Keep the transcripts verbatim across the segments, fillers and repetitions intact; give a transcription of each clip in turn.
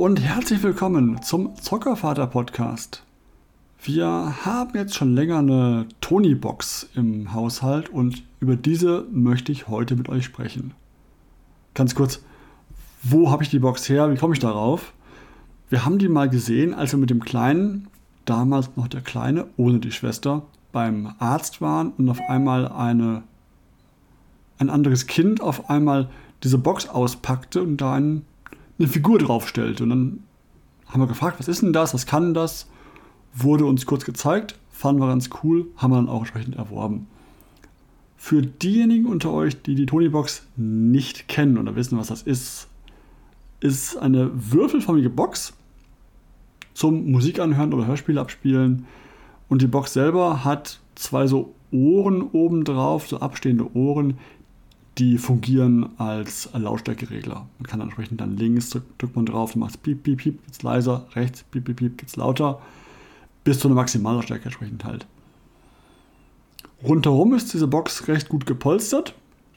und herzlich willkommen zum Zockervater-Podcast. Wir haben jetzt schon länger eine Tony-Box im Haushalt und über diese möchte ich heute mit euch sprechen. Ganz kurz, wo habe ich die Box her? Wie komme ich darauf? Wir haben die mal gesehen, als wir mit dem Kleinen, damals noch der Kleine, ohne die Schwester, beim Arzt waren und auf einmal eine, ein anderes Kind auf einmal diese Box auspackte und da ein, eine Figur draufstellte. Und dann haben wir gefragt, was ist denn das, was kann das? Wurde uns kurz gezeigt, fanden wir ganz cool, haben wir dann auch entsprechend erworben. Für diejenigen unter euch, die die Tony-Box nicht kennen oder wissen, was das ist, ist eine würfelförmige Box zum Musik anhören oder Hörspiele abspielen. Und die Box selber hat zwei so Ohren oben drauf, so abstehende Ohren, die fungieren als Lautstärkeregler. Man kann dann entsprechend dann links, drückt, drückt man drauf, macht es piep, piep, piep, geht's leiser, rechts, piep, piep, piep, geht's lauter, bis zu einer Maximallautstärke entsprechend halt. Rundherum ist diese Box recht gut gepolstert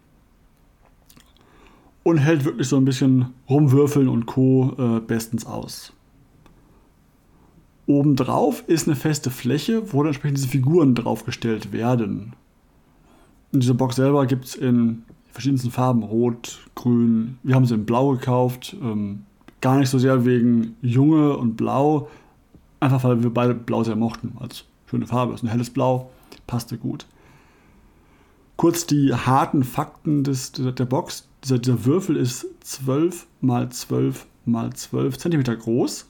und hält wirklich so ein bisschen Rumwürfeln und Co. Äh, bestens aus. Obendrauf ist eine feste Fläche, wo dann entsprechend diese Figuren draufgestellt werden. Und diese Box selber gibt es in verschiedensten Farben, rot, grün. Wir haben sie in blau gekauft, ähm, gar nicht so sehr wegen Junge und blau, einfach weil wir beide blau sehr mochten, als schöne Farbe, ist ein helles Blau, passte gut. Kurz die harten Fakten des, der, der Box, dieser, dieser Würfel ist zwölf mal zwölf mal zwölf Zentimeter groß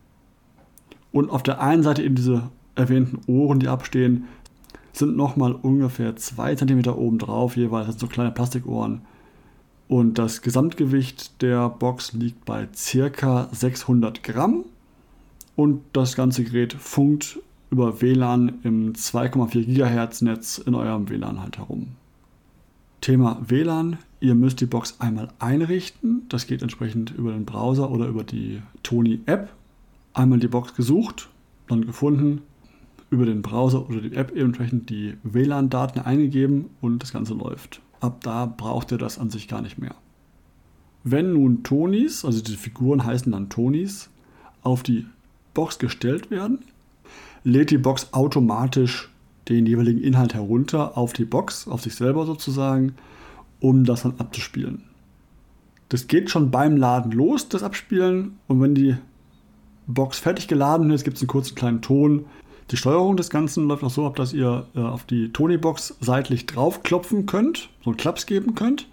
und auf der einen Seite eben diese erwähnten Ohren, die abstehen, sind nochmal ungefähr zwei Zentimeter oben drauf, jeweils, das sind so kleine Plastikohren. Und das Gesamtgewicht der Box liegt bei ca. sechshundert Gramm. Und das ganze Gerät funkt über W L A N im zwei Komma vier Gigahertz Netz in eurem W L A N halt herum. Thema W L A N, ihr müsst die Box einmal einrichten. Das geht entsprechend über den Browser oder über die Tony-App. Einmal die Box gesucht, dann gefunden, über den Browser oder die App eben entsprechend die W L A N-Daten eingegeben und das Ganze läuft. Ab da braucht ihr das an sich gar nicht mehr. Wenn nun Tonys, also die Figuren heißen dann Tonys, auf die Box gestellt werden, lädt die Box automatisch den jeweiligen Inhalt herunter auf die Box, auf sich selber sozusagen, um das dann abzuspielen. Das geht schon beim Laden los, das Abspielen, und wenn die Box fertig geladen ist, gibt es einen kurzen kleinen Ton. Die Steuerung des Ganzen läuft auch so ab, dass ihr äh, auf die Tony-Box seitlich draufklopfen könnt, so einen Klaps geben könnt.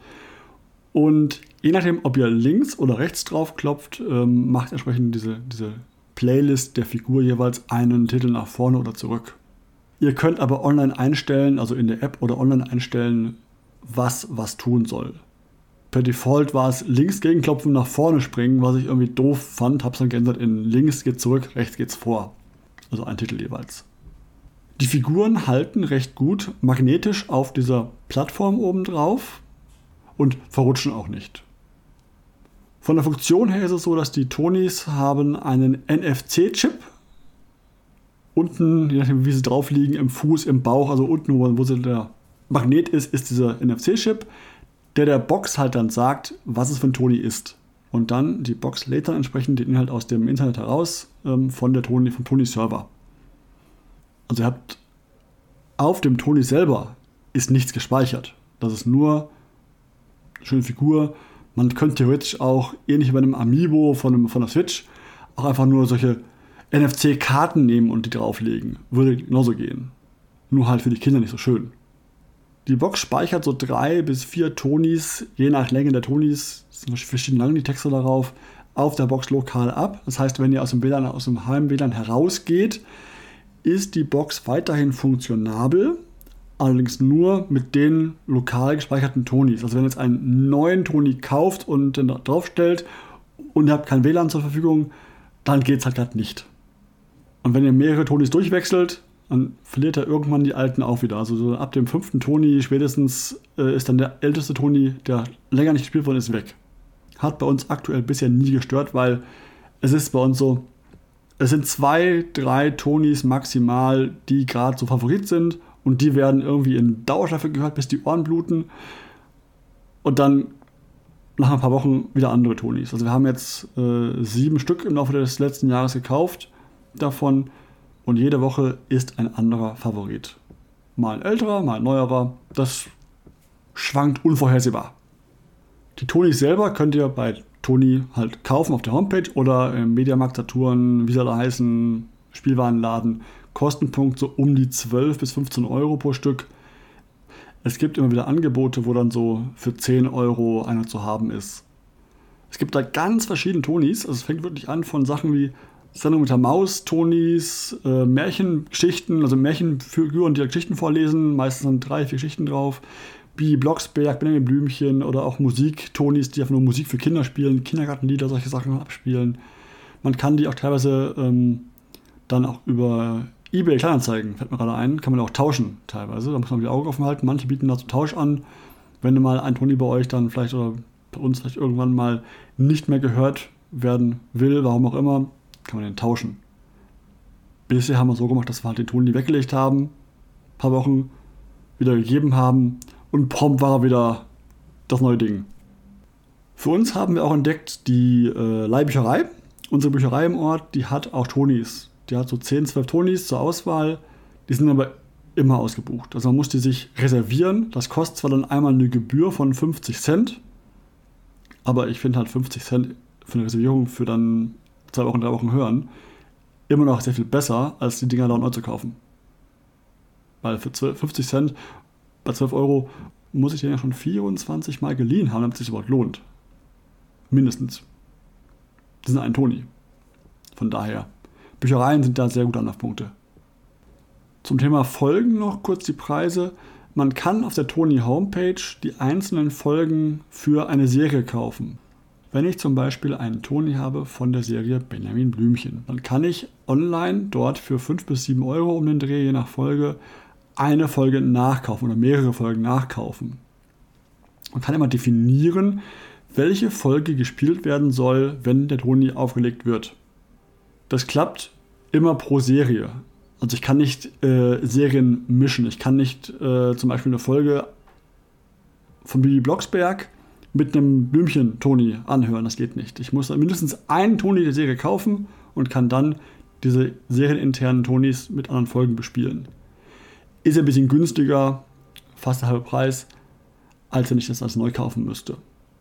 Und je nachdem, ob ihr links oder rechts draufklopft, ähm, macht entsprechend diese, diese Playlist der Figur jeweils einen Titel nach vorne oder zurück. Ihr könnt aber online einstellen, also in der App oder online einstellen, was was tun soll. Per Default war es links gegenklopfen, nach vorne springen, was ich irgendwie doof fand. Hab's dann geändert in links geht zurück, rechts geht's vor. Also ein Titel jeweils. Die Figuren halten recht gut magnetisch auf dieser Plattform oben drauf und verrutschen auch nicht. Von der Funktion her ist es so, dass die Tonys haben einen N F C-Chip. Unten, je nachdem wie sie drauf liegen, im Fuß, im Bauch, also unten, wo, wo der Magnet ist, ist dieser N F C-Chip, der der Box halt dann sagt, was es für ein Tony ist. Und dann, die Box lädt dann entsprechend den Inhalt aus dem Internet heraus ähm, von der Tony, vom Tony-Server. Also ihr habt auf dem Tony selber ist nichts gespeichert. Das ist nur eine schöne Figur. Man könnte theoretisch auch, ähnlich wie bei einem Amiibo von, einem, von der Switch, auch einfach nur solche N F C-Karten nehmen und die drauflegen. Würde genauso gehen. Nur halt für die Kinder nicht so schön. Die Box speichert so drei bis vier Tonys, je nach Länge der Tonys, sind verschieden lang die Texte darauf, auf der Box lokal ab. Das heißt, wenn ihr aus dem W L A N, aus dem Heim-W L A N herausgeht, ist die Box weiterhin funktionabel, allerdings nur mit den lokal gespeicherten Tonys. Also wenn ihr jetzt einen neuen Tony kauft und den draufstellt und ihr habt kein W L A N zur Verfügung, dann geht es halt gerade nicht. Und wenn ihr mehrere Tonys durchwechselt, dann verliert er irgendwann die alten auch wieder. Also so ab dem fünften Tony spätestens äh, ist dann der älteste Tony, der länger nicht gespielt worden ist, weg. Hat bei uns aktuell bisher nie gestört, weil es ist bei uns so, es sind zwei, drei Tonys maximal, die gerade so Favorit sind und die werden irgendwie in Dauerschleife gehört, bis die Ohren bluten. Und dann nach ein paar Wochen wieder andere Tonis. Also wir haben jetzt äh, sieben Stück im Laufe des letzten Jahres gekauft davon und jede Woche ist ein anderer Favorit. Mal ein älterer, mal ein neuerer. Das schwankt unvorhersehbar. Die Tonis selber könnt ihr bei Toni halt kaufen auf der Homepage oder im Mediamarkt, Saturn, wie sie da heißen, Spielwarenladen. Kostenpunkt so um die zwölf bis fünfzehn Euro pro Stück. Es gibt immer wieder Angebote, wo dann so für zehn Euro einer zu haben ist. Es gibt da ganz verschiedene Tonis. Also es fängt wirklich an von Sachen wie Sendung mit der Maus, Tonis, äh, Märchengeschichten, also Märchenfiguren, die Geschichten vorlesen. Meistens sind drei, vier Geschichten drauf. Bibi Blocksberg, Benjamin Blümchen oder auch Musik-Tonis, die einfach nur Musik für Kinder spielen, Kindergartenlieder, solche Sachen abspielen. Man kann die auch teilweise ähm, dann auch über eBay Kleinanzeigen, fällt mir gerade ein, kann man auch tauschen teilweise. Da muss man die Augen offen halten. Manche bieten dazu Tausch an. Wenn mal ein Toni bei euch dann vielleicht oder bei uns vielleicht irgendwann mal nicht mehr gehört werden will, warum auch immer, kann man den tauschen. Bisher haben wir es so gemacht, dass wir halt den Toni weggelegt haben, ein paar Wochen wieder gegeben haben und prompt war er wieder das neue Ding. Für uns haben wir auch entdeckt, die äh, Leihbücherei, unsere Bücherei im Ort, die hat auch Tonis. Die hat so zehn, zwölf Tonis zur Auswahl, die sind aber immer ausgebucht. Also man muss die sich reservieren. Das kostet zwar dann einmal eine Gebühr von fünfzig Cent, aber ich finde halt fünfzig Cent für eine Reservierung für dann zwei Wochen, drei Wochen hören immer noch sehr viel besser, als die Dinger da neu zu kaufen. Weil für fünfzig Cent bei zwölf Euro muss ich den ja schon vierundzwanzig Mal geliehen haben, damit es sich überhaupt lohnt. Mindestens. Das sind ein Toni. Von daher. Büchereien sind da sehr gut Anlaufpunkte. Zum Thema Folgen noch kurz die Preise. Man kann auf der Toni Homepage die einzelnen Folgen für eine Serie kaufen. Wenn ich zum Beispiel einen Toni habe von der Serie Benjamin Blümchen, dann kann ich online dort für fünf bis sieben Euro um den Dreh, je nach Folge, eine Folge nachkaufen oder mehrere Folgen nachkaufen. Man kann immer definieren, welche Folge gespielt werden soll, wenn der Toni aufgelegt wird. Das klappt immer pro Serie. Also ich kann nicht äh, Serien mischen. Ich kann nicht äh, zum Beispiel eine Folge von Bibi Blocksberg mit einem Blümchen-Toni anhören. Das geht nicht. Ich muss mindestens einen Toni der Serie kaufen und kann dann diese serieninternen Tonis mit anderen Folgen bespielen. Ist ein bisschen günstiger, fast der halbe Preis, als wenn ich das als neu kaufen müsste.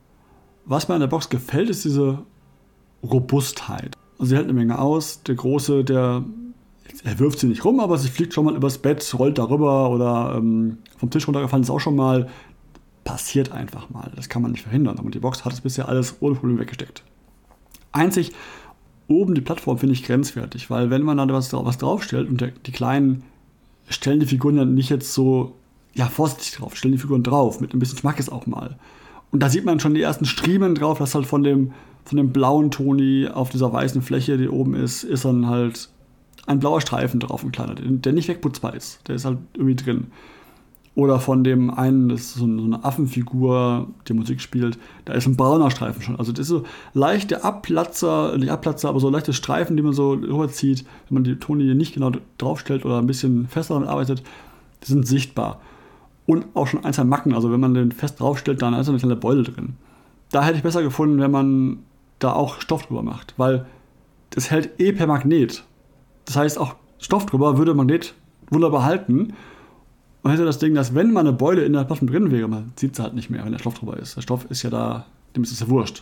Was mir an der Box gefällt, ist diese Robustheit. Also sie hält eine Menge aus. Der Große, der er wirft sie nicht rum, aber sie fliegt schon mal übers Bett, rollt darüber oder ähm, vom Tisch runtergefallen ist auch schon mal. Passiert einfach mal. Das kann man nicht verhindern. Aber die Box hat es bisher alles ohne Probleme weggesteckt. Einzig oben die Plattform finde ich grenzwertig, weil wenn man da was, was draufstellt und der, die Kleinen stellen die Figuren dann nicht jetzt so, ja, vorsichtig drauf, stellen die Figuren drauf, mit ein bisschen Schmackes auch mal. Und da sieht man schon die ersten Striemen drauf, dass halt von dem von dem blauen Toni auf dieser weißen Fläche, die oben ist, ist dann halt ein blauer Streifen drauf, ein kleiner, der nicht wegputzbar ist. Der ist halt irgendwie drin. Oder von dem einen, das ist so eine Affenfigur, die Musik spielt, da ist ein brauner Streifen schon. Also das ist so leichte Abplatzer, nicht Abplatzer, aber so leichte Streifen, die man so rüberzieht, wenn man die Toni nicht genau draufstellt oder ein bisschen fester damit arbeitet, die sind sichtbar. Und auch schon einzelne Macken, also wenn man den fest draufstellt, dann ist eine kleine Beule drin. Da hätte ich besser gefunden, wenn man da auch Stoff drüber macht, weil das hält eh per Magnet. Das heißt, auch Stoff drüber würde Magnet wunderbar halten und hätte das Ding, dass wenn mal eine Beule in der Plattform drin wäre, man sieht sie halt nicht mehr, wenn der Stoff drüber ist. Der Stoff ist ja da, dem ist es ja wurscht.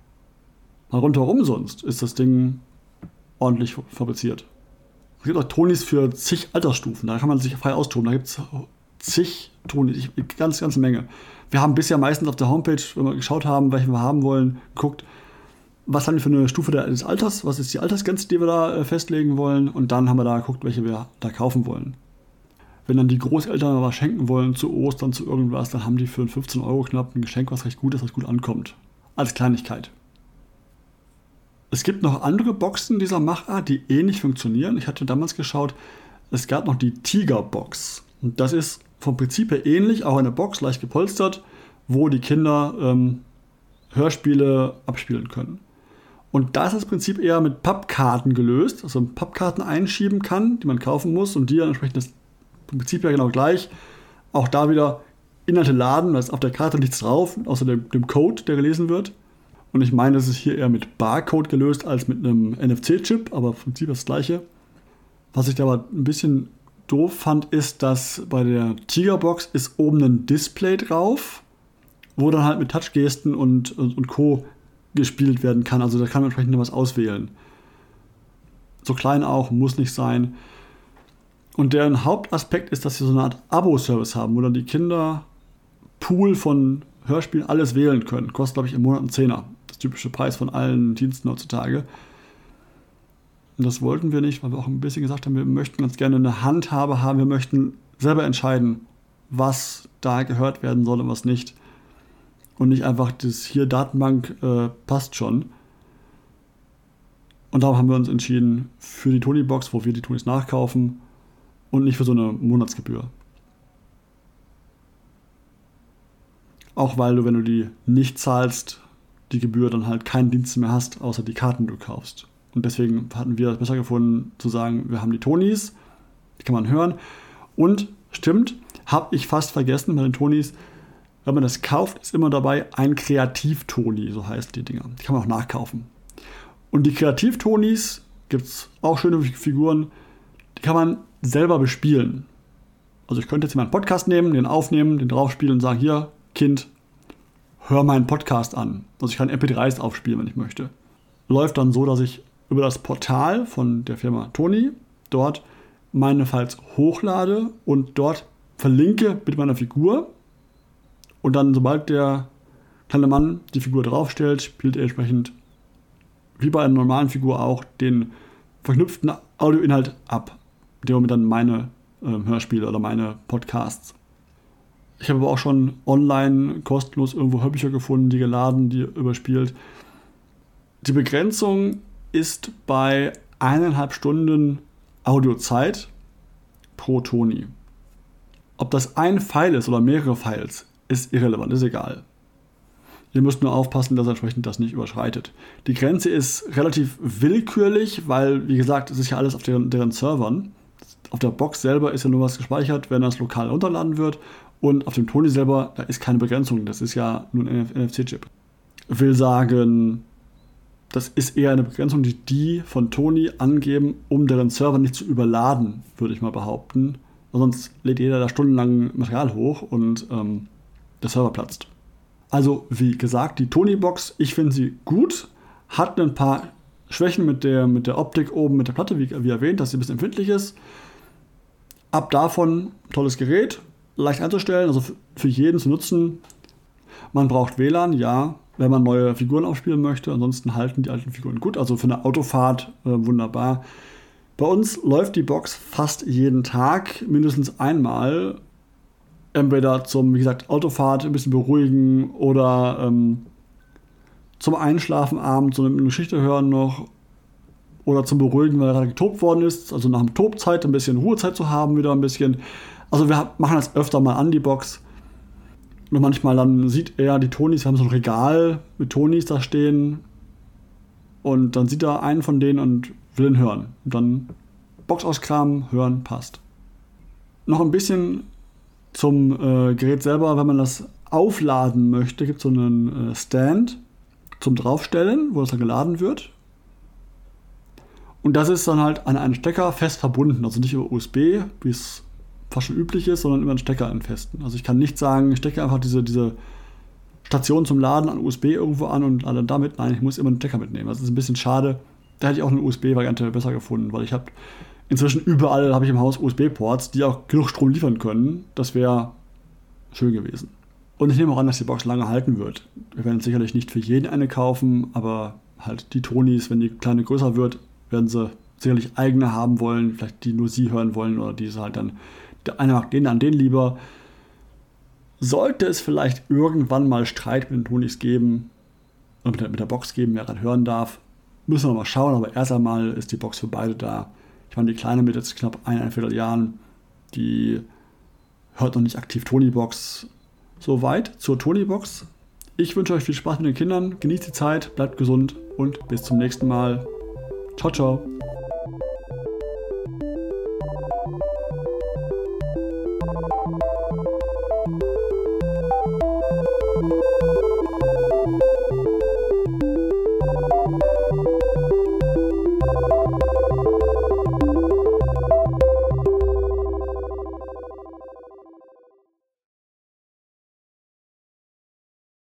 Mal rundherum sonst ist das Ding ordentlich fabriziert. Es gibt auch Tonis für zig Altersstufen, da kann man sich frei austoben, da gibt es zig Tonis, ganz, ganz Menge. Wir haben bisher meistens auf der Homepage, wenn wir geschaut haben, welche wir haben wollen, geguckt, was haben wir für eine Stufe des Alters, was ist die Altersgrenze, die wir da festlegen wollen, und dann haben wir da geguckt, welche wir da kaufen wollen. Wenn dann die Großeltern was schenken wollen zu Ostern, zu irgendwas, dann haben die für fünfzehn Euro knapp ein Geschenk, was recht gut ist, was gut ankommt. Als Kleinigkeit. Es gibt noch andere Boxen dieser Machart, die ähnlich funktionieren. Ich hatte damals geschaut, es gab noch die Tiger-Box. Und das ist vom Prinzip her ähnlich, auch eine Box, leicht gepolstert, wo die Kinder ähm, Hörspiele abspielen können. Und da ist das Prinzip eher mit Pappkarten gelöst, also man Pappkarten einschieben kann, die man kaufen muss und die dann entsprechend das Prinzip ja genau gleich. Auch da wieder Inhalte laden, da ist auf der Karte nichts drauf, außer dem, dem Code, der gelesen wird. Und ich meine, das ist hier eher mit Barcode gelöst als mit einem N F C-Chip, aber im Prinzip das gleiche. Was ich da aber ein bisschen doof fand, ist, dass bei der Tigerbox ist oben ein Display drauf, wo dann halt mit Touchgesten und, und, und Co. gespielt werden kann. Also da kann man entsprechend was auswählen. So klein auch, muss nicht sein. Und deren Hauptaspekt ist, dass sie so eine Art Abo-Service haben, wo dann die Kinder Pool von Hörspielen alles wählen können. Kostet, glaube ich, im Monat einen Zehner. Das typische Preis von allen Diensten heutzutage. Und das wollten wir nicht, weil wir auch ein bisschen gesagt haben, wir möchten ganz gerne eine Handhabe haben. Wir möchten selber entscheiden, was da gehört werden soll und was nicht. Und nicht einfach, das hier Datenbank äh, passt schon. Und darum haben wir uns entschieden für die Tonybox, wo wir die Tonys nachkaufen und nicht für so eine Monatsgebühr. Auch weil du, wenn du die nicht zahlst, die Gebühr dann halt keinen Dienst mehr hast, außer die Karten, die du kaufst. Und deswegen hatten wir es besser gefunden, zu sagen, wir haben die Tonys, die kann man hören. Und stimmt, habe ich fast vergessen bei den Tonys, wenn man das kauft, ist immer dabei ein Kreativ-Tony, so heißt die Dinger. Die kann man auch nachkaufen. Und die Kreativ-Tonys, gibt es auch schöne Figuren, die kann man selber bespielen. Also ich könnte jetzt hier meinen Podcast nehmen, den aufnehmen, den draufspielen und sagen, hier, Kind, hör meinen Podcast an. Also ich kann M P drei s aufspielen, wenn ich möchte. Läuft dann so, dass ich über das Portal von der Firma Tony dort meine Files hochlade und dort verlinke mit meiner Figur. Und dann, sobald der kleine Mann die Figur draufstellt, spielt er entsprechend, wie bei einer normalen Figur auch, den verknüpften Audioinhalt ab. In dem Moment dann meine äh, Hörspiele oder meine Podcasts. Ich habe aber auch schon online kostenlos irgendwo Hörbücher gefunden, die geladen, die überspielt. Die Begrenzung ist bei eineinhalb Stunden Audiozeit pro Tony. Ob das ein File ist oder mehrere Files, ist irrelevant, ist egal. Ihr müsst nur aufpassen, dass er entsprechend das nicht überschreitet. Die Grenze ist relativ willkürlich, weil, wie gesagt, es ist ja alles auf deren, deren Servern. Auf der Box selber ist ja nur was gespeichert, wenn das lokal runterladen wird. Und auf dem Tony selber, da ist keine Begrenzung. Das ist ja nur ein N F C-Chip. Ich will sagen, das ist eher eine Begrenzung, die die von Tony angeben, um deren Server nicht zu überladen, würde ich mal behaupten. Sonst lädt jeder da stundenlang Material hoch und ähm, der Server platzt. Also, wie gesagt, die Tony-Box, ich finde sie gut, hat ein paar Schwächen mit der, mit der Optik oben, mit der Platte, wie, wie erwähnt, dass sie ein bisschen empfindlich ist. Ab davon, tolles Gerät, leicht einzustellen, also für jeden zu nutzen. Man braucht W L A N, ja, wenn man neue Figuren aufspielen möchte. Ansonsten halten die alten Figuren gut. Also für eine Autofahrt äh, wunderbar. Bei uns läuft die Box fast jeden Tag, mindestens einmal. Entweder zum, wie gesagt, Autofahrt ein bisschen beruhigen oder ähm, zum Einschlafen abends, so eine Geschichte hören noch. Oder zum Beruhigen, weil er gerade getobt worden ist. Also nach dem Tobzeit ein bisschen Ruhezeit zu haben, wieder ein bisschen. Also wir machen das öfter mal an, die Box. Und manchmal dann sieht er die Tonys, wir haben so ein Regal mit Tonys da stehen. Und dann sieht er einen von denen und will ihn hören. Und dann Box auskramen, hören, passt. Noch ein bisschen zum äh, Gerät selber, wenn man das aufladen möchte, gibt es so einen äh, Stand zum Draufstellen, wo das dann geladen wird. Und das ist dann halt an einen Stecker fest verbunden, also nicht über U S B, wie es fast schon üblich ist, sondern über einen Stecker einen festen. Also ich kann nicht sagen, ich stecke einfach diese, diese Station zum Laden an U S B irgendwo an und dann damit. Nein, ich muss immer einen Stecker mitnehmen. Das ist ein bisschen schade. Da hätte ich auch eine U S B-Variante besser gefunden, weil ich habe inzwischen überall habe ich im Haus U S B-Ports, die auch genug Strom liefern können. Das wäre schön gewesen. Und ich nehme auch an, dass die Box lange halten wird. Wir werden sicherlich nicht für jeden eine kaufen, aber halt die Tonys, wenn die kleine größer wird, werden sie sicherlich eigene haben wollen, vielleicht die nur sie hören wollen oder die halt dann, der eine mag den, dann den lieber. Sollte es vielleicht irgendwann mal Streit mit den Tonys geben, oder mit der, mit der Box geben, wer dann hören darf, müssen wir mal schauen, aber erst einmal ist die Box für beide da. Ich meine, die Kleine mit jetzt knapp ein, ein Vierteljahren, die hört noch nicht aktiv Tony-Box. Soweit zur Tony-Box. Ich wünsche euch viel Spaß mit den Kindern, genießt die Zeit, bleibt gesund und bis zum nächsten Mal. Ciao, ciao.